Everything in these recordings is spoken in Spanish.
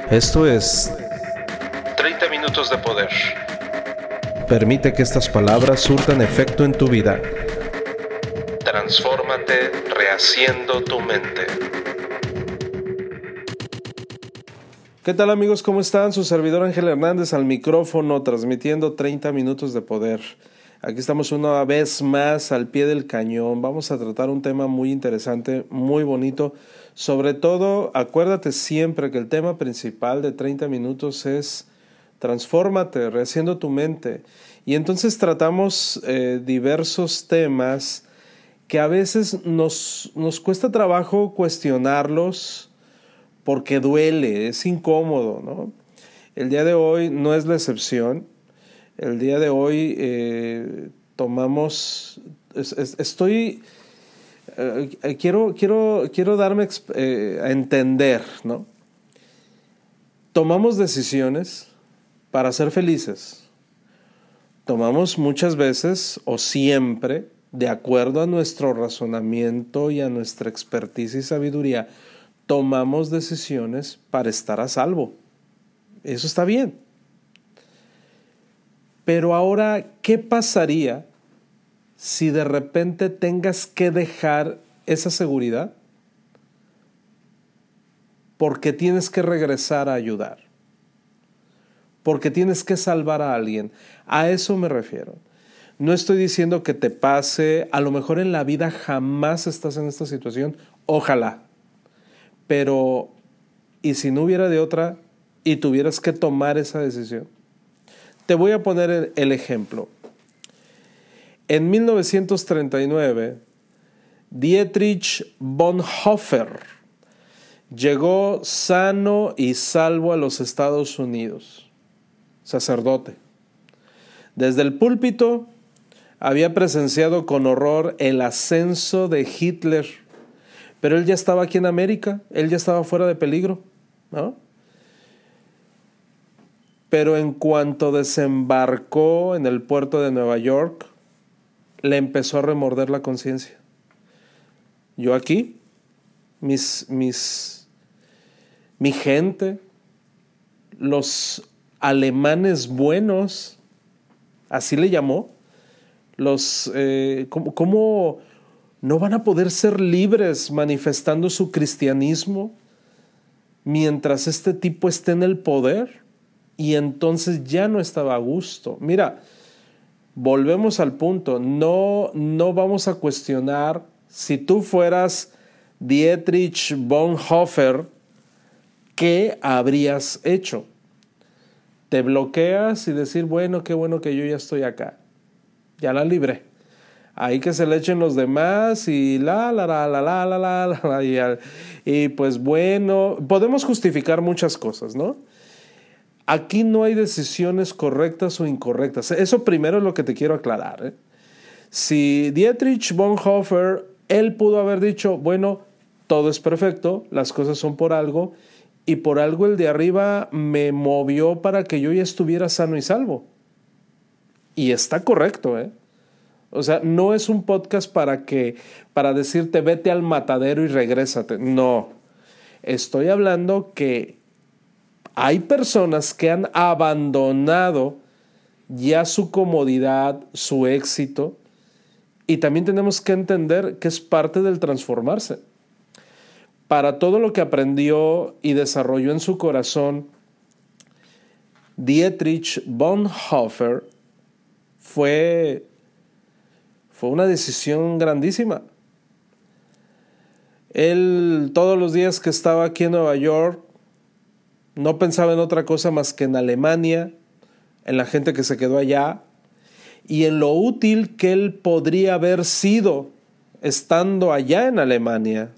Esto es 30 minutos de poder. Permite que estas palabras surtan efecto en tu vida. Transfórmate rehaciendo tu mente. ¿Qué tal, amigos? ¿Cómo están? Su servidor Ángel Hernández al micrófono, transmitiendo 30 minutos de poder. Aquí estamos una vez más al pie del cañón. Vamos a tratar un tema muy interesante, muy bonito. Sobre todo, acuérdate siempre que el tema principal de 30 minutos es transfórmate, rehaciendo tu mente. Y entonces tratamos diversos temas que a veces nos cuesta trabajo cuestionarlos porque duele, es incómodo, ¿no? El día de hoy no es la excepción. El día de hoy quiero darme a entender, ¿no? Tomamos decisiones para ser felices. Tomamos muchas veces o siempre, de acuerdo a nuestro razonamiento y a nuestra expertise y sabiduría, tomamos decisiones para estar a salvo. Eso está bien. Pero ahora, ¿qué pasaría si de repente tengas que dejar esa seguridad porque tienes que regresar a ayudar? Porque tienes que salvar a alguien. A eso me refiero. No estoy diciendo que te pase, a lo mejor en la vida jamás estás en esta situación, ojalá. Pero, ¿y si no hubiera de otra y tuvieras que tomar esa decisión? Te voy a poner el ejemplo. En 1939, Dietrich Bonhoeffer llegó sano y salvo a los Estados Unidos, sacerdote. Desde el púlpito había presenciado con horror el ascenso de Hitler, pero él ya estaba aquí en América, él ya estaba fuera de peligro, ¿no? Pero en cuanto desembarcó en el puerto de Nueva York, le empezó a remorder la conciencia. Yo aquí, mi gente, los alemanes buenos, así le llamó, ¿cómo no van a poder ser libres manifestando su cristianismo mientras este tipo esté en el poder? Y entonces ya no estaba a gusto. Mira, volvemos al punto. No vamos a cuestionar si tú fueras Dietrich Bonhoeffer, ¿qué habrías hecho? Te bloqueas y decir, bueno, qué bueno que yo ya estoy acá. Ya la libré. Ahí que se le echen los demás y y pues bueno, podemos justificar muchas cosas, ¿no? Aquí no hay decisiones correctas o incorrectas. Eso primero es lo que te quiero aclarar, ¿eh? Si Dietrich Bonhoeffer, él pudo haber dicho, bueno, todo es perfecto, las cosas son por algo, y por algo el de arriba me movió para que yo ya estuviera sano y salvo. Y está correcto, ¿eh? O sea, no es un podcast para decirte vete al matadero y regrésate. No. Estoy hablando que hay personas que han abandonado ya su comodidad, su éxito, y también tenemos que entender que es parte del transformarse. Para todo lo que aprendió y desarrolló en su corazón, Dietrich Bonhoeffer fue una decisión grandísima. Él, todos los días que estaba aquí en Nueva York, no pensaba en otra cosa más que en Alemania, en la gente que se quedó allá y en lo útil que él podría haber sido estando allá en Alemania.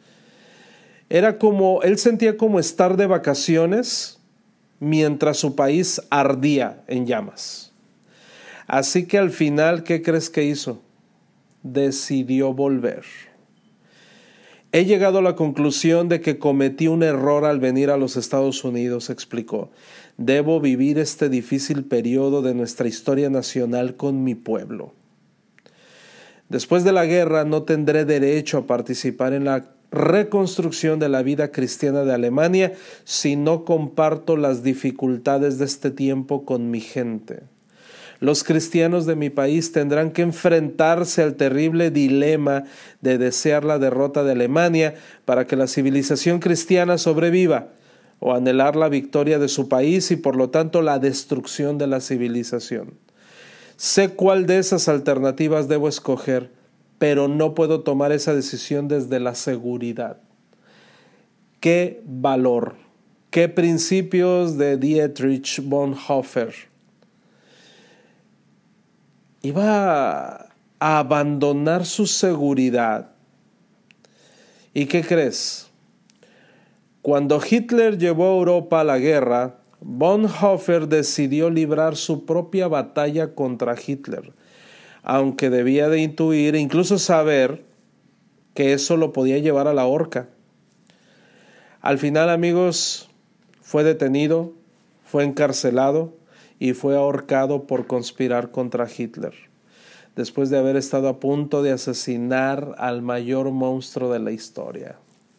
Él sentía como estar de vacaciones mientras su país ardía en llamas. Así que al final, ¿qué crees que hizo? Decidió volver. He llegado a la conclusión de que cometí un error al venir a los Estados Unidos, explicó. Debo vivir este difícil periodo de nuestra historia nacional con mi pueblo. Después de la guerra no tendré derecho a participar en la reconstrucción de la vida cristiana de Alemania si no comparto las dificultades de este tiempo con mi gente. Los cristianos de mi país tendrán que enfrentarse al terrible dilema de desear la derrota de Alemania para que la civilización cristiana sobreviva, o anhelar la victoria de su país y por lo tanto la destrucción de la civilización. Sé cuál de esas alternativas debo escoger, pero no puedo tomar esa decisión desde la seguridad. ¿Qué valor? ¿Qué principios de Dietrich Bonhoeffer? Iba a abandonar su seguridad. ¿Y qué crees? Cuando Hitler llevó a Europa a la guerra, Bonhoeffer decidió librar su propia batalla contra Hitler, aunque debía de intuir e incluso saber que eso lo podía llevar a la horca. Al final, amigos, fue detenido, fue encarcelado y fue ahorcado por conspirar contra Hitler, después de haber estado a punto de asesinar al mayor monstruo de la historia.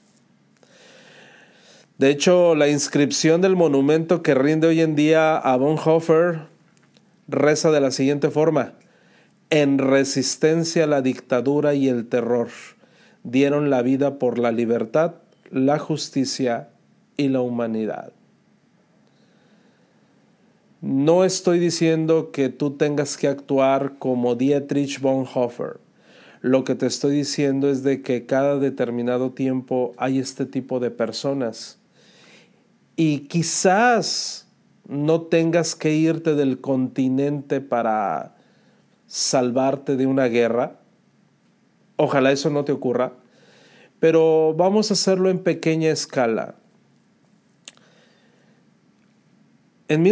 De hecho, la inscripción del monumento que rinde hoy en día a Bonhoeffer reza de la siguiente forma: en resistencia a la dictadura y el terror, dieron la vida por la libertad, la justicia y la humanidad. No estoy diciendo que tú tengas que actuar como Dietrich Bonhoeffer. Lo que te estoy diciendo es de que cada determinado tiempo hay este tipo de personas. Y quizás no tengas que irte del continente para salvarte de una guerra. Ojalá eso no te ocurra. Pero vamos a hacerlo en pequeña escala. En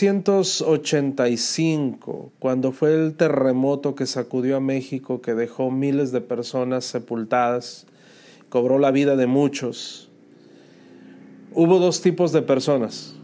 1985, cuando fue el terremoto que sacudió a México, que dejó miles de personas sepultadas, cobró la vida de muchos, hubo dos tipos de personas: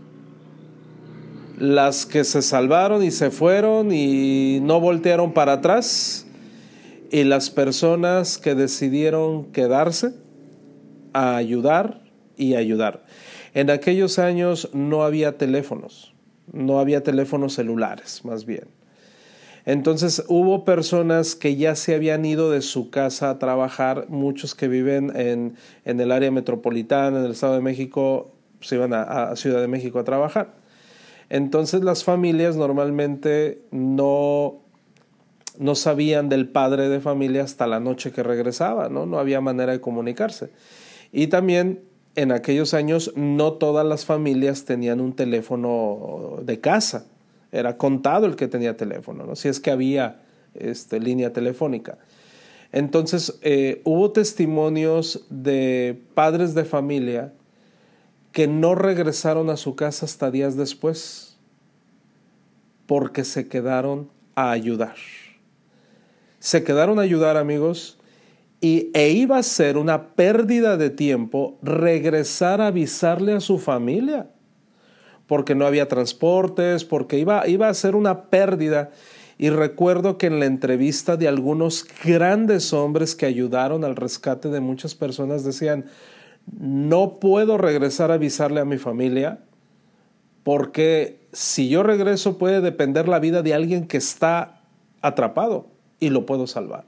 las que se salvaron y se fueron y no voltearon para atrás, y las personas que decidieron quedarse a ayudar y ayudar. En aquellos años no había teléfonos celulares, más bien. Entonces hubo personas que ya se habían ido de su casa a trabajar, muchos que viven en el área metropolitana, en el Estado de México, se iban a Ciudad de México a trabajar. Entonces las familias normalmente no sabían del padre de familia hasta la noche que regresaba, ¿no? No había manera de comunicarse. Y también en aquellos años no todas las familias tenían un teléfono de casa. Era contado el que tenía teléfono, ¿no? Si es que había línea telefónica. Entonces hubo testimonios de padres de familia que no regresaron a su casa hasta días después porque se quedaron a ayudar. Se quedaron a ayudar, amigos, e iba a ser una pérdida de tiempo regresar a avisarle a su familia, porque no había transportes, porque iba a ser una pérdida. Y recuerdo que en la entrevista de algunos grandes hombres que ayudaron al rescate de muchas personas decían: no puedo regresar a avisarle a mi familia, porque si yo regreso puede depender la vida de alguien que está atrapado y lo puedo salvar.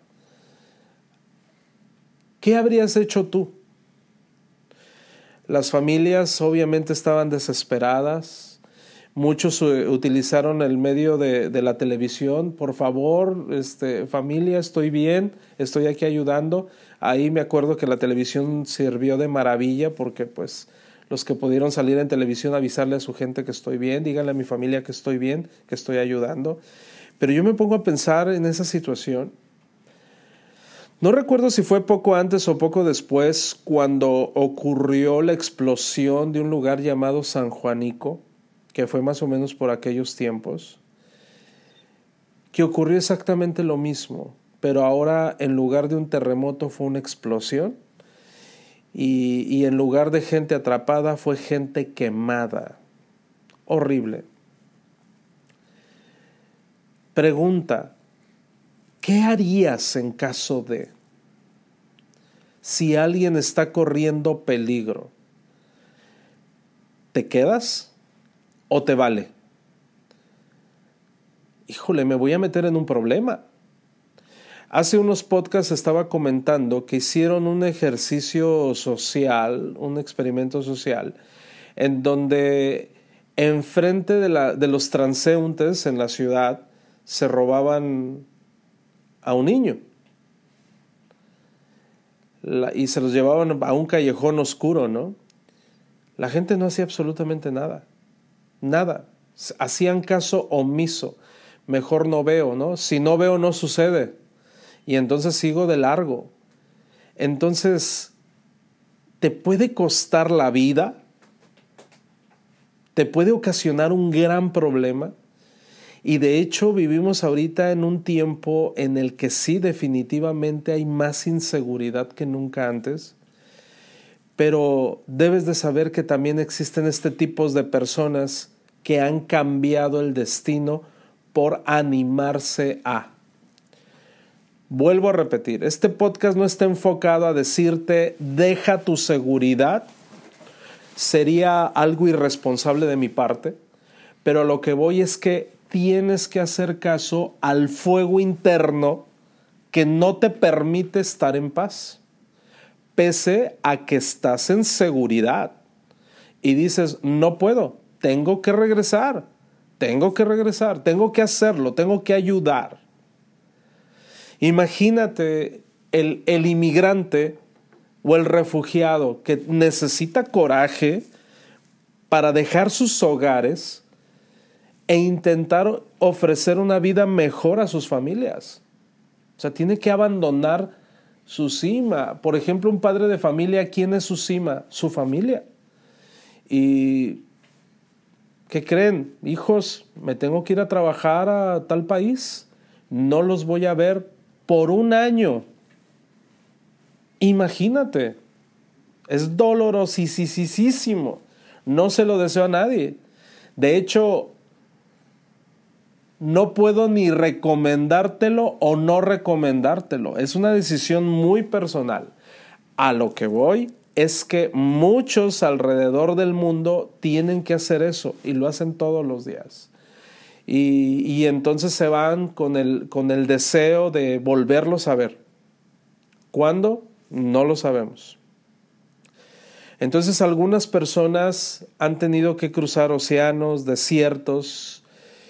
¿Qué habrías hecho tú? Las familias obviamente estaban desesperadas. Muchos utilizaron el medio de la televisión. Por favor, familia, estoy bien, estoy aquí ayudando. Ahí me acuerdo que la televisión sirvió de maravilla, porque pues los que pudieron salir en televisión avisarle a su gente que estoy bien, díganle a mi familia que estoy bien, que estoy ayudando. Pero yo me pongo a pensar en esa situación. No recuerdo si fue poco antes o poco después cuando ocurrió la explosión de un lugar llamado San Juanico, que fue más o menos por aquellos tiempos, que ocurrió exactamente lo mismo, pero ahora en lugar de un terremoto fue una explosión y en lugar de gente atrapada fue gente quemada. Horrible. Pregunta: ¿qué harías en caso de? si alguien está corriendo peligro? ¿Te quedas o te vale? Híjole, me voy a meter en un problema. Hace unos podcasts estaba comentando que hicieron un ejercicio social, un experimento social, en donde enfrente de los transeúntes en la ciudad se robaban a un niño y se los llevaban a un callejón oscuro, ¿no? La gente no hacía absolutamente nada, nada. Hacían caso omiso. Mejor no veo, ¿no? Si no veo, no sucede. Y entonces sigo de largo. Entonces, ¿te puede costar la vida? ¿Te puede ocasionar un gran problema? Y de hecho vivimos ahorita en un tiempo en el que sí, definitivamente hay más inseguridad que nunca antes. Pero debes de saber que también existen este tipo de personas que han cambiado el destino por animarse a. Vuelvo a repetir, este podcast no está enfocado a decirte deja tu seguridad. Sería algo irresponsable de mi parte, pero a lo que voy es que tienes que hacer caso al fuego interno que no te permite estar en paz, pese a que estás en seguridad y dices, no puedo, tengo que regresar, tengo que hacerlo, tengo que ayudar. Imagínate el inmigrante o el refugiado que necesita coraje para dejar sus hogares e intentar ofrecer una vida mejor a sus familias. O sea, tiene que abandonar su cima. Por ejemplo, un padre de familia, ¿quién es su cima? Su familia. ¿Y qué creen? Hijos, me tengo que ir a trabajar a tal país. No los voy a ver por un año. Imagínate. Es dolorosísimo. No se lo deseo a nadie. De hecho, no puedo ni recomendártelo o no recomendártelo. Es una decisión muy personal. A lo que voy es que muchos alrededor del mundo tienen que hacer eso y lo hacen todos los días. Y entonces se van con el deseo de volverlos a ver. ¿Cuándo? No lo sabemos. Entonces algunas personas han tenido que cruzar océanos, desiertos,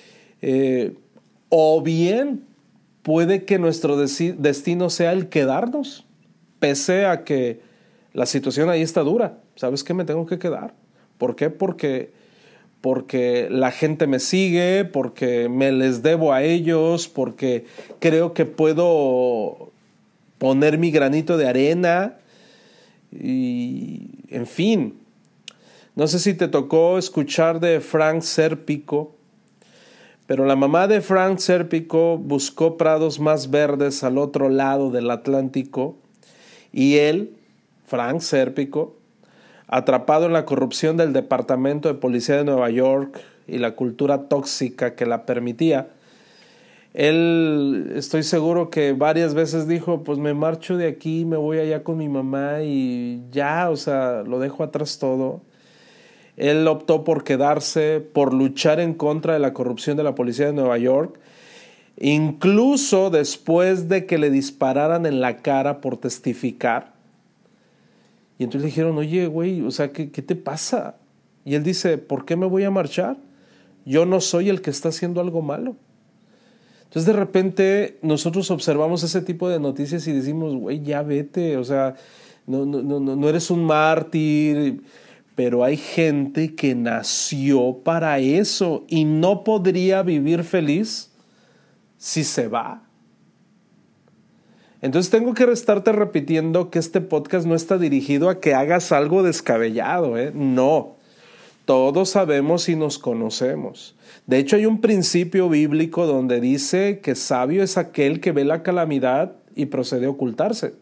o bien puede que nuestro destino sea el quedarnos, pese a que la situación ahí está dura. ¿Sabes qué? Me tengo que quedar. ¿Por qué? Porque la gente me sigue, porque me les debo a ellos, porque creo que puedo poner mi granito de arena y, en fin. No sé si te tocó escuchar de Frank Serpico, pero la mamá de Frank Serpico buscó prados más verdes al otro lado del Atlántico y él, Frank Serpico, atrapado en la corrupción del Departamento de Policía de Nueva York y la cultura tóxica que la permitía, él, estoy seguro que varias veces dijo, pues me marcho de aquí, me voy allá con mi mamá y ya, o sea, lo dejo atrás todo. Él optó por quedarse, por luchar en contra de la corrupción de la Policía de Nueva York, incluso después de que le dispararan en la cara por testificar. Y entonces le dijeron, oye, güey, o sea, ¿qué te pasa? Y él dice, ¿por qué me voy a marchar? Yo no soy el que está haciendo algo malo. Entonces de repente nosotros observamos ese tipo de noticias y decimos, güey, ya vete, o sea, no eres un mártir. Pero hay gente que nació para eso y no podría vivir feliz si se va. Entonces tengo que estarte repitiendo que este podcast no está dirigido a que hagas algo descabellado, ¿eh? No, todos sabemos y nos conocemos. De hecho hay un principio bíblico donde dice que sabio es aquel que ve la calamidad y procede a ocultarse,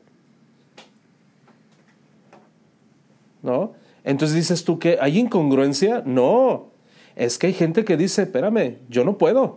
¿no? Entonces dices tú que hay incongruencia. No, es que hay gente que dice, espérame, yo no puedo.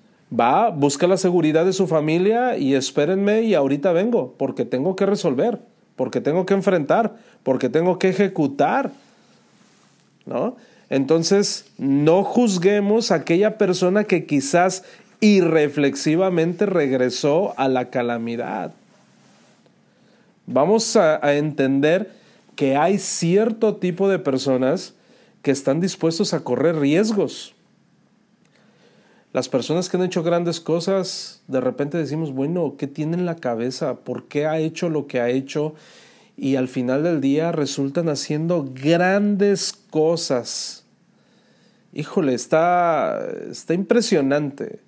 Va, busca la seguridad de su familia y espérenme y ahorita vengo porque tengo que resolver. porque tengo que enfrentar, porque tengo que ejecutar, ¿no? Entonces, no juzguemos a aquella persona que quizás irreflexivamente regresó a la calamidad. Vamos a entender que hay cierto tipo de personas que están dispuestos a correr riesgos. Las personas que han hecho grandes cosas, de repente decimos, bueno, ¿qué tiene en la cabeza? ¿Por qué ha hecho lo que ha hecho? Y al final del día resultan haciendo grandes cosas. Híjole, está impresionante.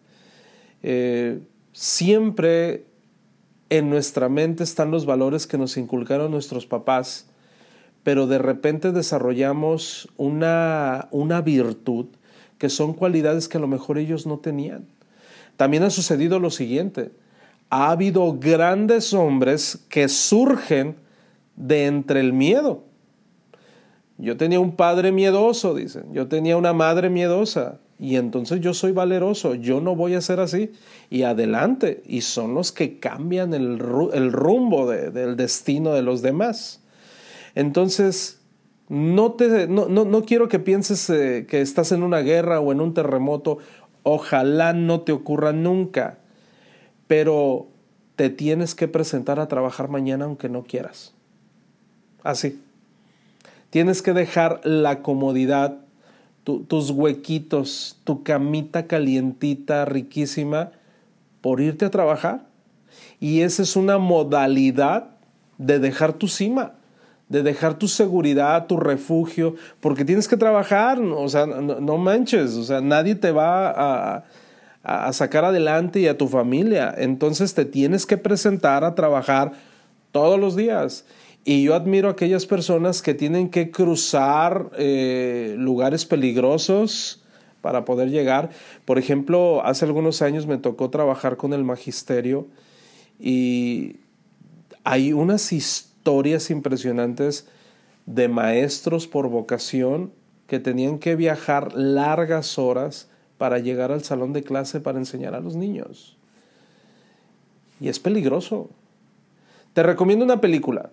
Siempre en nuestra mente están los valores que nos inculcaron nuestros papás, pero de repente desarrollamos una virtud que son cualidades que a lo mejor ellos no tenían. También ha sucedido lo siguiente: ha habido grandes hombres que surgen de entre el miedo. Yo tenía un padre miedoso, dicen. Yo tenía una madre miedosa. Y entonces yo soy valeroso. Yo no voy a ser así. Y adelante. Y son los que cambian el rumbo del destino de los demás. Entonces, no quiero que pienses que estás en una guerra o en un terremoto. Ojalá no te ocurra nunca. Pero te tienes que presentar a trabajar mañana aunque no quieras. Así. Tienes que dejar la comodidad, tus huequitos, tu camita calientita, riquísima, por irte a trabajar. Y esa es una modalidad de dejar tu cima, de dejar tu seguridad, tu refugio, porque tienes que trabajar, o sea, no manches, o sea, nadie te va a sacar adelante y a tu familia. Entonces te tienes que presentar a trabajar todos los días. Y yo admiro a aquellas personas que tienen que cruzar lugares peligrosos para poder llegar. Por ejemplo, hace algunos años me tocó trabajar con el magisterio y hay unas historias impresionantes de maestros por vocación que tenían que viajar largas horas para llegar al salón de clase para enseñar a los niños. Y es peligroso. Te recomiendo una película.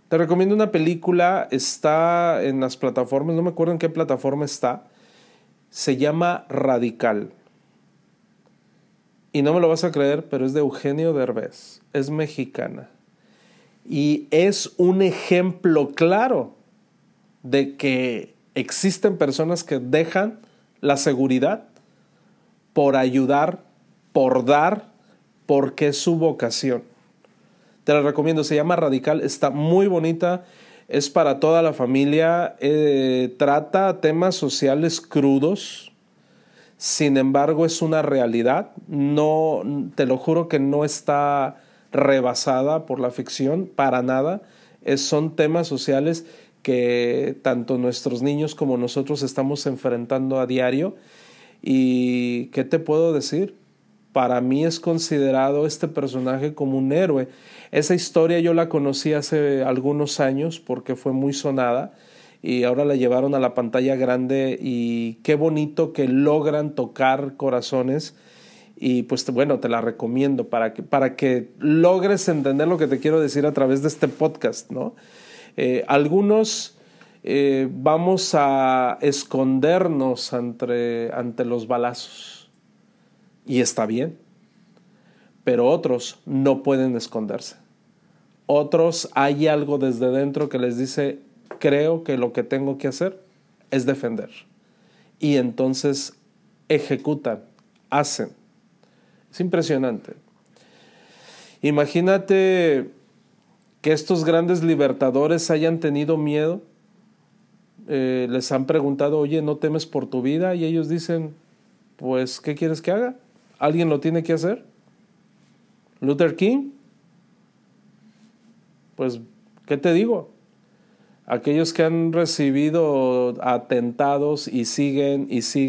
Está en las plataformas, no me acuerdo en qué plataforma está. Se llama Radical. Y no me lo vas a creer, pero es de Eugenio Derbez. Es mexicana. Y es un ejemplo claro de que existen personas que dejan la seguridad por ayudar, por dar, porque es su vocación. Te la recomiendo, se llama Radical, está muy bonita, es para toda la familia, trata temas sociales crudos, sin embargo es una realidad, no, te lo juro que no está rebasada por la ficción, para nada, son temas sociales que tanto nuestros niños como nosotros estamos enfrentando a diario. ¿Y qué te puedo decir? Para mí es considerado este personaje como un héroe. Esa historia yo la conocí hace algunos años porque fue muy sonada y ahora la llevaron a la pantalla grande y qué bonito que logran tocar corazones. Y pues bueno, te la recomiendo para que logres entender lo que te quiero decir a través de este podcast, ¿no? Algunos vamos a escondernos ante los balazos y está bien, pero otros no pueden esconderse. Otros hay algo desde dentro que les dice, creo que lo que tengo que hacer es defender. Y entonces ejecutan, hacen. Es impresionante. Imagínate que estos grandes libertadores hayan tenido miedo. Les han preguntado, oye, ¿no temes por tu vida? Y ellos dicen, pues, ¿qué quieres que haga? ¿Alguien lo tiene que hacer? ¿Luther King? Pues, ¿qué te digo? Aquellos que han recibido atentados y siguen,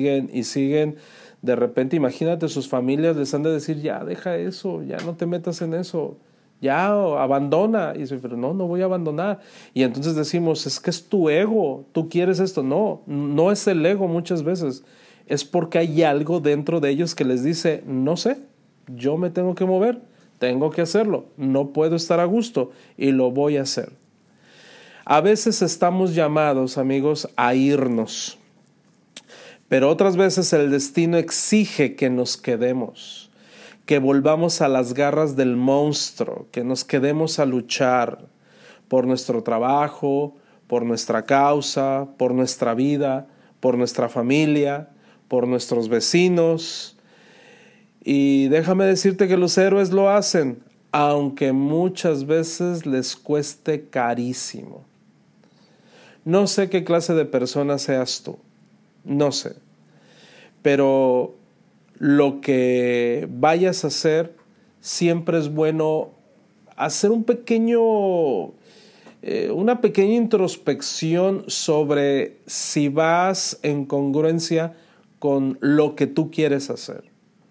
de repente imagínate, sus familias les han de decir, ya deja eso, ya no te metas en eso, ya abandona. Y dice, pero no voy a abandonar. Y entonces decimos, es que es tu ego, tú quieres esto. No es el ego muchas veces, es porque hay algo dentro de ellos que les dice, no sé, yo me tengo que mover, tengo que hacerlo, no puedo estar a gusto y lo voy a hacer. A veces estamos llamados, amigos, a irnos, pero otras veces el destino exige que nos quedemos, que volvamos a las garras del monstruo, que nos quedemos a luchar por nuestro trabajo, por nuestra causa, por nuestra vida, por nuestra familia, por nuestros vecinos. Y déjame decirte que los héroes lo hacen, aunque muchas veces les cueste carísimo. No sé qué clase de persona seas tú, no sé, pero lo que vayas a hacer, siempre es bueno hacer una pequeña introspección sobre si vas en congruencia con lo que tú quieres hacer.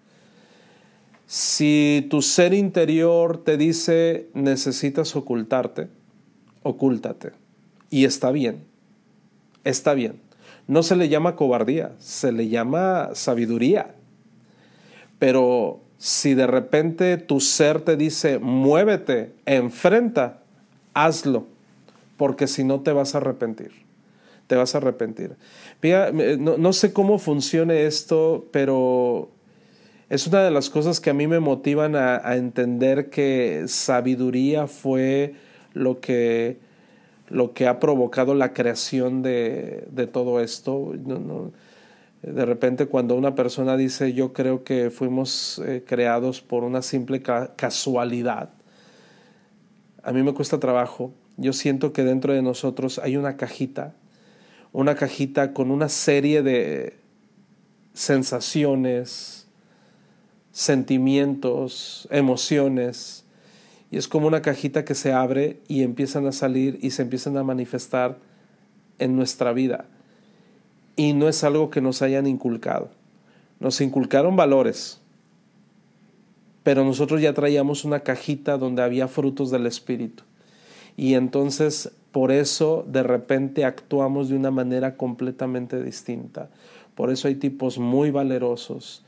Si tu ser interior te dice necesitas ocultarte, ocúltate. Y está bien, está bien. No se le llama cobardía, se le llama sabiduría. Pero si de repente tu ser te dice muévete, enfrenta, hazlo, porque si no te vas a arrepentir. Te vas a arrepentir. Mira, no sé cómo funcione esto, pero es una de las cosas que a mí me motivan a entender que sabiduría fue lo que ha provocado la creación de todo esto. De repente cuando una persona dice yo creo que fuimos creados por una simple casualidad, a mí me cuesta trabajo. Yo siento que dentro de nosotros hay una cajita con una serie de sensaciones, sentimientos, emociones. Y es como una cajita que se abre y empiezan a salir y se empiezan a manifestar en nuestra vida. Y no es algo que nos hayan inculcado. Nos inculcaron valores, pero nosotros ya traíamos una cajita donde había frutos del Espíritu. Y entonces, por eso, de repente actuamos de una manera completamente distinta. Por eso hay tipos muy valerosos.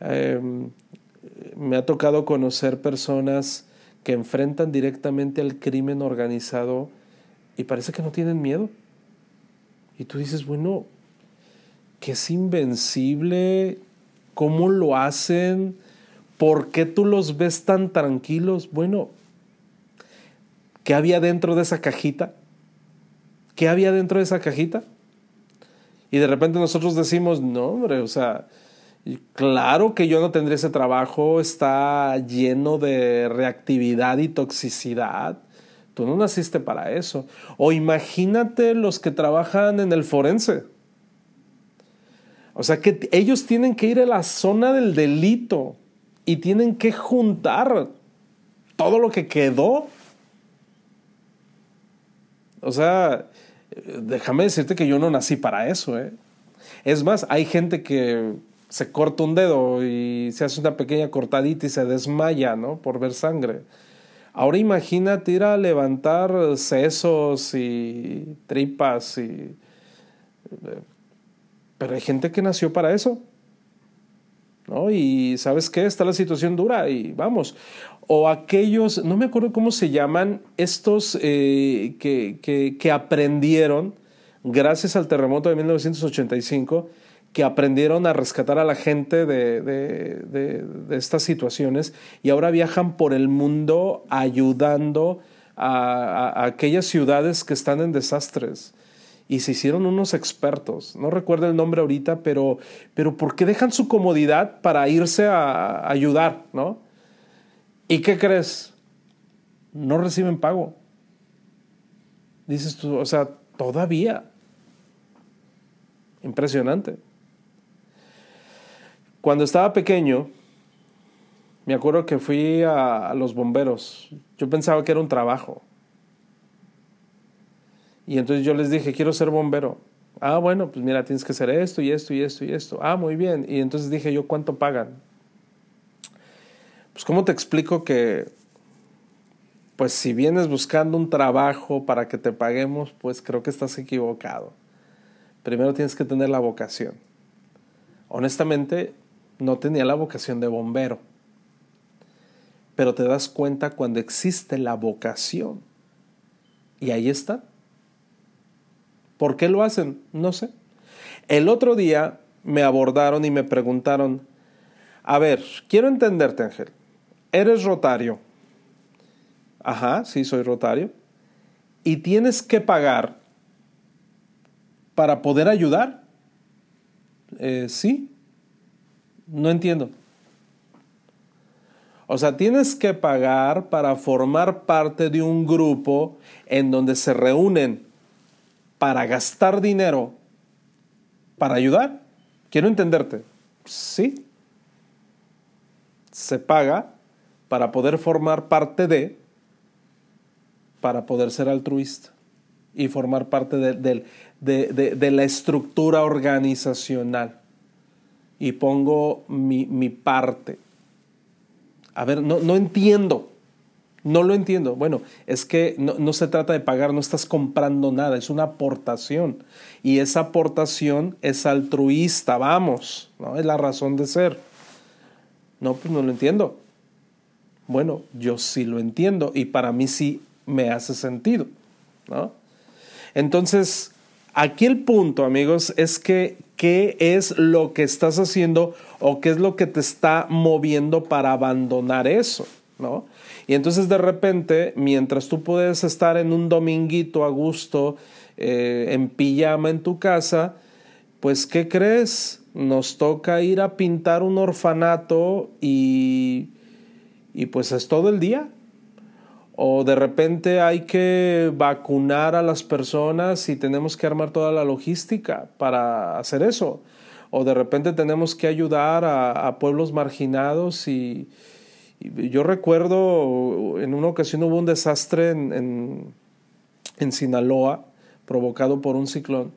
Me ha tocado conocer personas que enfrentan directamente al crimen organizado y parece que no tienen miedo. Y tú dices, bueno, que es invencible, ¿cómo lo hacen? ¿Por qué tú los ves tan tranquilos? Bueno, ¿qué había dentro de esa cajita? ¿Qué había dentro de esa cajita? Y de repente nosotros decimos, no, hombre, o sea, claro que yo no tendría ese trabajo, está lleno de reactividad y toxicidad. Tú no naciste para eso. O imagínate los que trabajan en el forense. O sea que ellos tienen que ir a la zona del delito y tienen que juntar todo lo que quedó. O sea, déjame decirte que yo no nací para eso, ¿eh? Es más, hay gente que se corta un dedo y se hace una pequeña cortadita y se desmaya, ¿no? Por ver sangre. Ahora imagínate ir a levantar sesos y tripas pero hay gente que nació para eso, ¿no? Y ¿sabes qué? Está la situación dura y vamos. O aquellos, no me acuerdo cómo se llaman, estos que aprendieron, gracias al terremoto de 1985, que aprendieron a rescatar a la gente de estas situaciones y ahora viajan por el mundo ayudando a aquellas ciudades que están en desastres. Y se hicieron unos expertos. No recuerdo el nombre ahorita, pero ¿por qué dejan su comodidad para irse a ayudar, ¿no? ¿Y qué crees? No reciben pago. Dices tú, o sea, todavía. Impresionante. Cuando estaba pequeño, me acuerdo que fui a los bomberos. Yo pensaba que era un trabajo. Y entonces yo les dije, quiero ser bombero. Ah, bueno, pues mira, tienes que hacer esto y esto y esto y esto. Ah, muy bien. Y entonces dije yo, ¿cuánto pagan? Pues ¿cómo te explico que, pues si vienes buscando un trabajo para que te paguemos, pues creo que estás equivocado. Primero tienes que tener la vocación. Honestamente, no tenía la vocación de bombero. Pero te das cuenta cuando existe la vocación. Y ahí está. ¿Por qué lo hacen? No sé. El otro día me abordaron y me preguntaron, a ver, quiero entenderte, Ángel. Eres rotario. Ajá, sí, soy rotario. Y tienes que pagar para poder ayudar. Sí. No entiendo. O sea, tienes que pagar para formar parte de un grupo en donde se reúnen para gastar dinero para ayudar. Quiero entenderte. Sí. Se paga para poder formar parte para poder ser altruista y formar parte de la estructura organizacional. Y pongo mi parte. A ver, no entiendo. No lo entiendo. Bueno, es que no se trata de pagar, no estás comprando nada, es una aportación. Y esa aportación es altruista, vamos, ¿no? Es la razón de ser. No, pues no lo entiendo. Bueno, yo sí lo entiendo y para mí sí me hace sentido, ¿no? Entonces, aquí el punto, amigos, es que ¿qué es lo que estás haciendo o qué es lo que te está moviendo para abandonar eso, ¿no? Y entonces de repente, mientras tú puedes estar en un dominguito a gusto, en pijama en tu casa, pues ¿qué crees? Nos toca ir a pintar un orfanato y pues es todo el día. O de repente hay que vacunar a las personas y tenemos que armar toda la logística para hacer eso. O de repente tenemos que ayudar a pueblos marginados y yo recuerdo en una ocasión hubo un desastre en Sinaloa provocado por un ciclón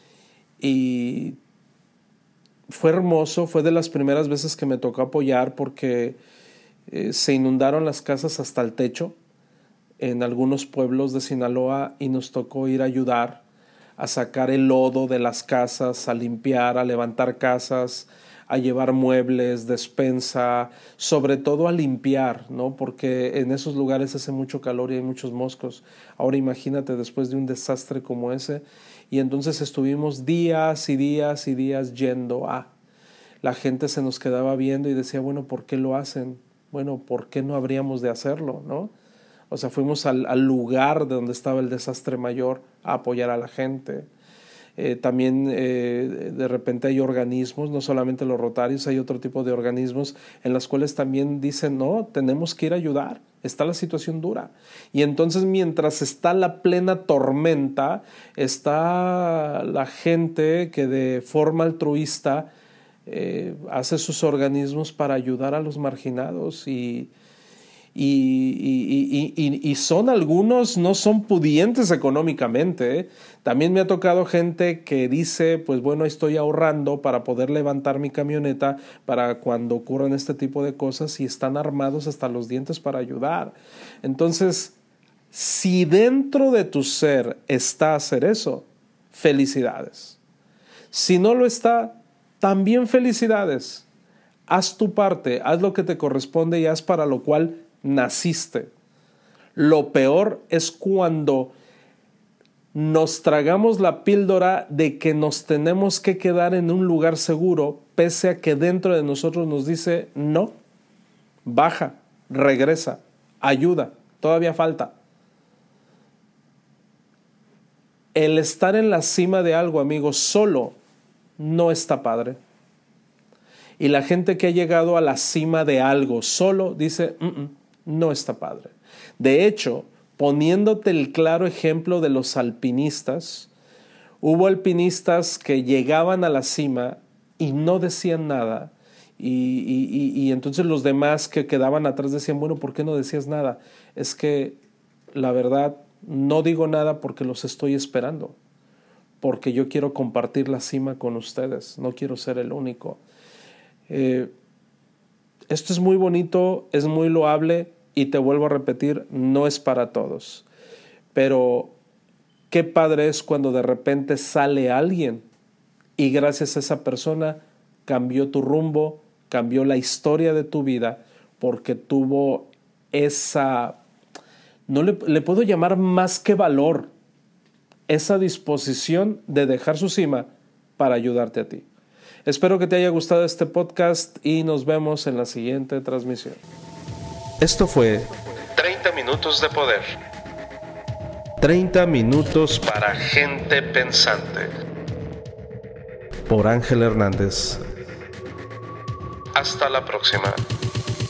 y fue hermoso, fue de las primeras veces que me tocó apoyar porque se inundaron las casas hasta el techo en algunos pueblos de Sinaloa y nos tocó ir a ayudar a sacar el lodo de las casas, a limpiar, a levantar casas, a llevar muebles, despensa, sobre todo a limpiar, ¿no? Porque en esos lugares hace mucho calor y hay muchos moscos. Ahora imagínate después de un desastre como ese. Y entonces estuvimos días y días y días yendo a. La gente se nos quedaba viendo y decía, bueno, ¿por qué lo hacen? Bueno, ¿por qué no habríamos de hacerlo, no? O sea, fuimos al lugar de donde estaba el desastre mayor a apoyar a la gente. También de repente hay organismos, no solamente los rotarios, hay otro tipo de organismos en los cuales también dicen, no, tenemos que ir a ayudar, está la situación dura. Y entonces mientras está la plena tormenta, está la gente que de forma altruista hace sus organismos para ayudar a los marginados y son algunos, no son pudientes económicamente, ¿eh? También me ha tocado gente que dice, pues bueno, estoy ahorrando para poder levantar mi camioneta para cuando ocurran este tipo de cosas y están armados hasta los dientes para ayudar. Entonces, si dentro de tu ser está hacer eso, felicidades. Si no lo está, también felicidades. Haz tu parte, haz lo que te corresponde y haz para lo cual naciste. Lo peor es cuando nos tragamos la píldora de que nos tenemos que quedar en un lugar seguro, pese a que dentro de nosotros nos dice no, baja, regresa, ayuda, todavía falta. El estar en la cima de algo, amigos, solo no está padre. Y la gente que ha llegado a la cima de algo solo dice, no está padre. De hecho, poniéndote el claro ejemplo de los alpinistas, hubo alpinistas que llegaban a la cima y no decían nada. Y entonces los demás que quedaban atrás decían, bueno, ¿por qué no decías nada? Es que la verdad no digo nada porque los estoy esperando, porque yo quiero compartir la cima con ustedes, no quiero ser el único. Esto es muy bonito, es muy loable y te vuelvo a repetir, no es para todos. Pero qué padre es cuando de repente sale alguien y gracias a esa persona cambió tu rumbo, cambió la historia de tu vida porque tuvo esa, no le puedo llamar más que valor, esa disposición de dejar su cima para ayudarte a ti. Espero que te haya gustado este podcast y nos vemos en la siguiente transmisión. Esto fue 30 minutos de poder. 30 minutos Para gente pensante. por Ángel Hernández. Hasta la próxima.